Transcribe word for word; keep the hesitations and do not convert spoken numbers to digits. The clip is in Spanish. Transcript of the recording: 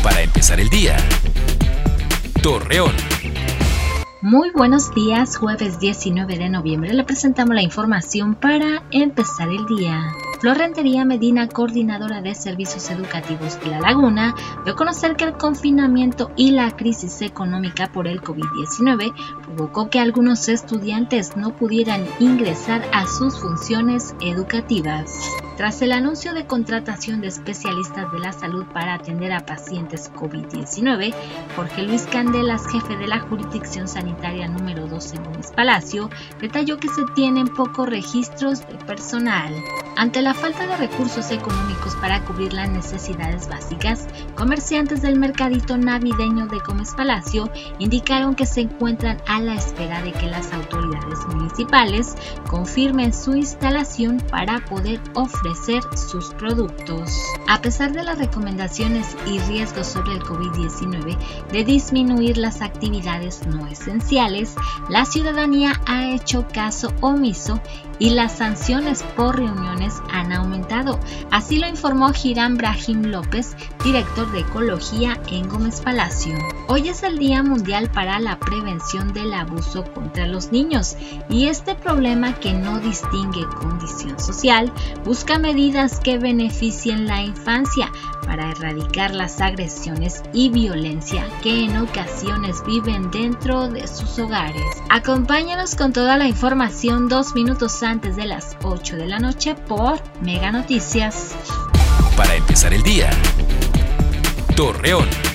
Para empezar el día. Torreón. Muy buenos días, jueves diecinueve de noviembre le presentamos la información para empezar el día. Flor Rentería Medina, coordinadora de servicios educativos de La Laguna, dio a conocer que el confinamiento y la crisis económica por el COVID diecinueve provocó que algunos estudiantes no pudieran ingresar a sus funciones educativas. Tras el anuncio de contratación de especialistas de la salud para atender a pacientes COVID diecinueve, Jorge Luis Candelas, jefe de la jurisdicción sanitaria número dos en Gómez Palacio, detalló que se tienen pocos registros de personal. Ante la falta de recursos económicos para cubrir las necesidades básicas, comerciantes del mercadito navideño de Gómez Palacio indicaron que se encuentran a la espera de que las autoridades municipales confirmen su instalación para poder ofrecer sus productos. A pesar de las recomendaciones y riesgos sobre el COVID diecinueve de disminuir las actividades no esenciales, la ciudadanía ha hecho caso omiso y las sanciones por reuniones han aumentado. Así lo informó Hiram Brahim López, director de Ecología en Gómez Palacio. Hoy es el Día Mundial para la Prevención del Abuso contra los Niños y este problema, que no distingue condición social, busca medidas que beneficien la infancia para erradicar las agresiones y violencia que en ocasiones viven dentro de sus hogares. Acompáñanos con toda la información dos minutos antes de las ocho de la noche por Mega Noticias. Para empezar el día. Torreón.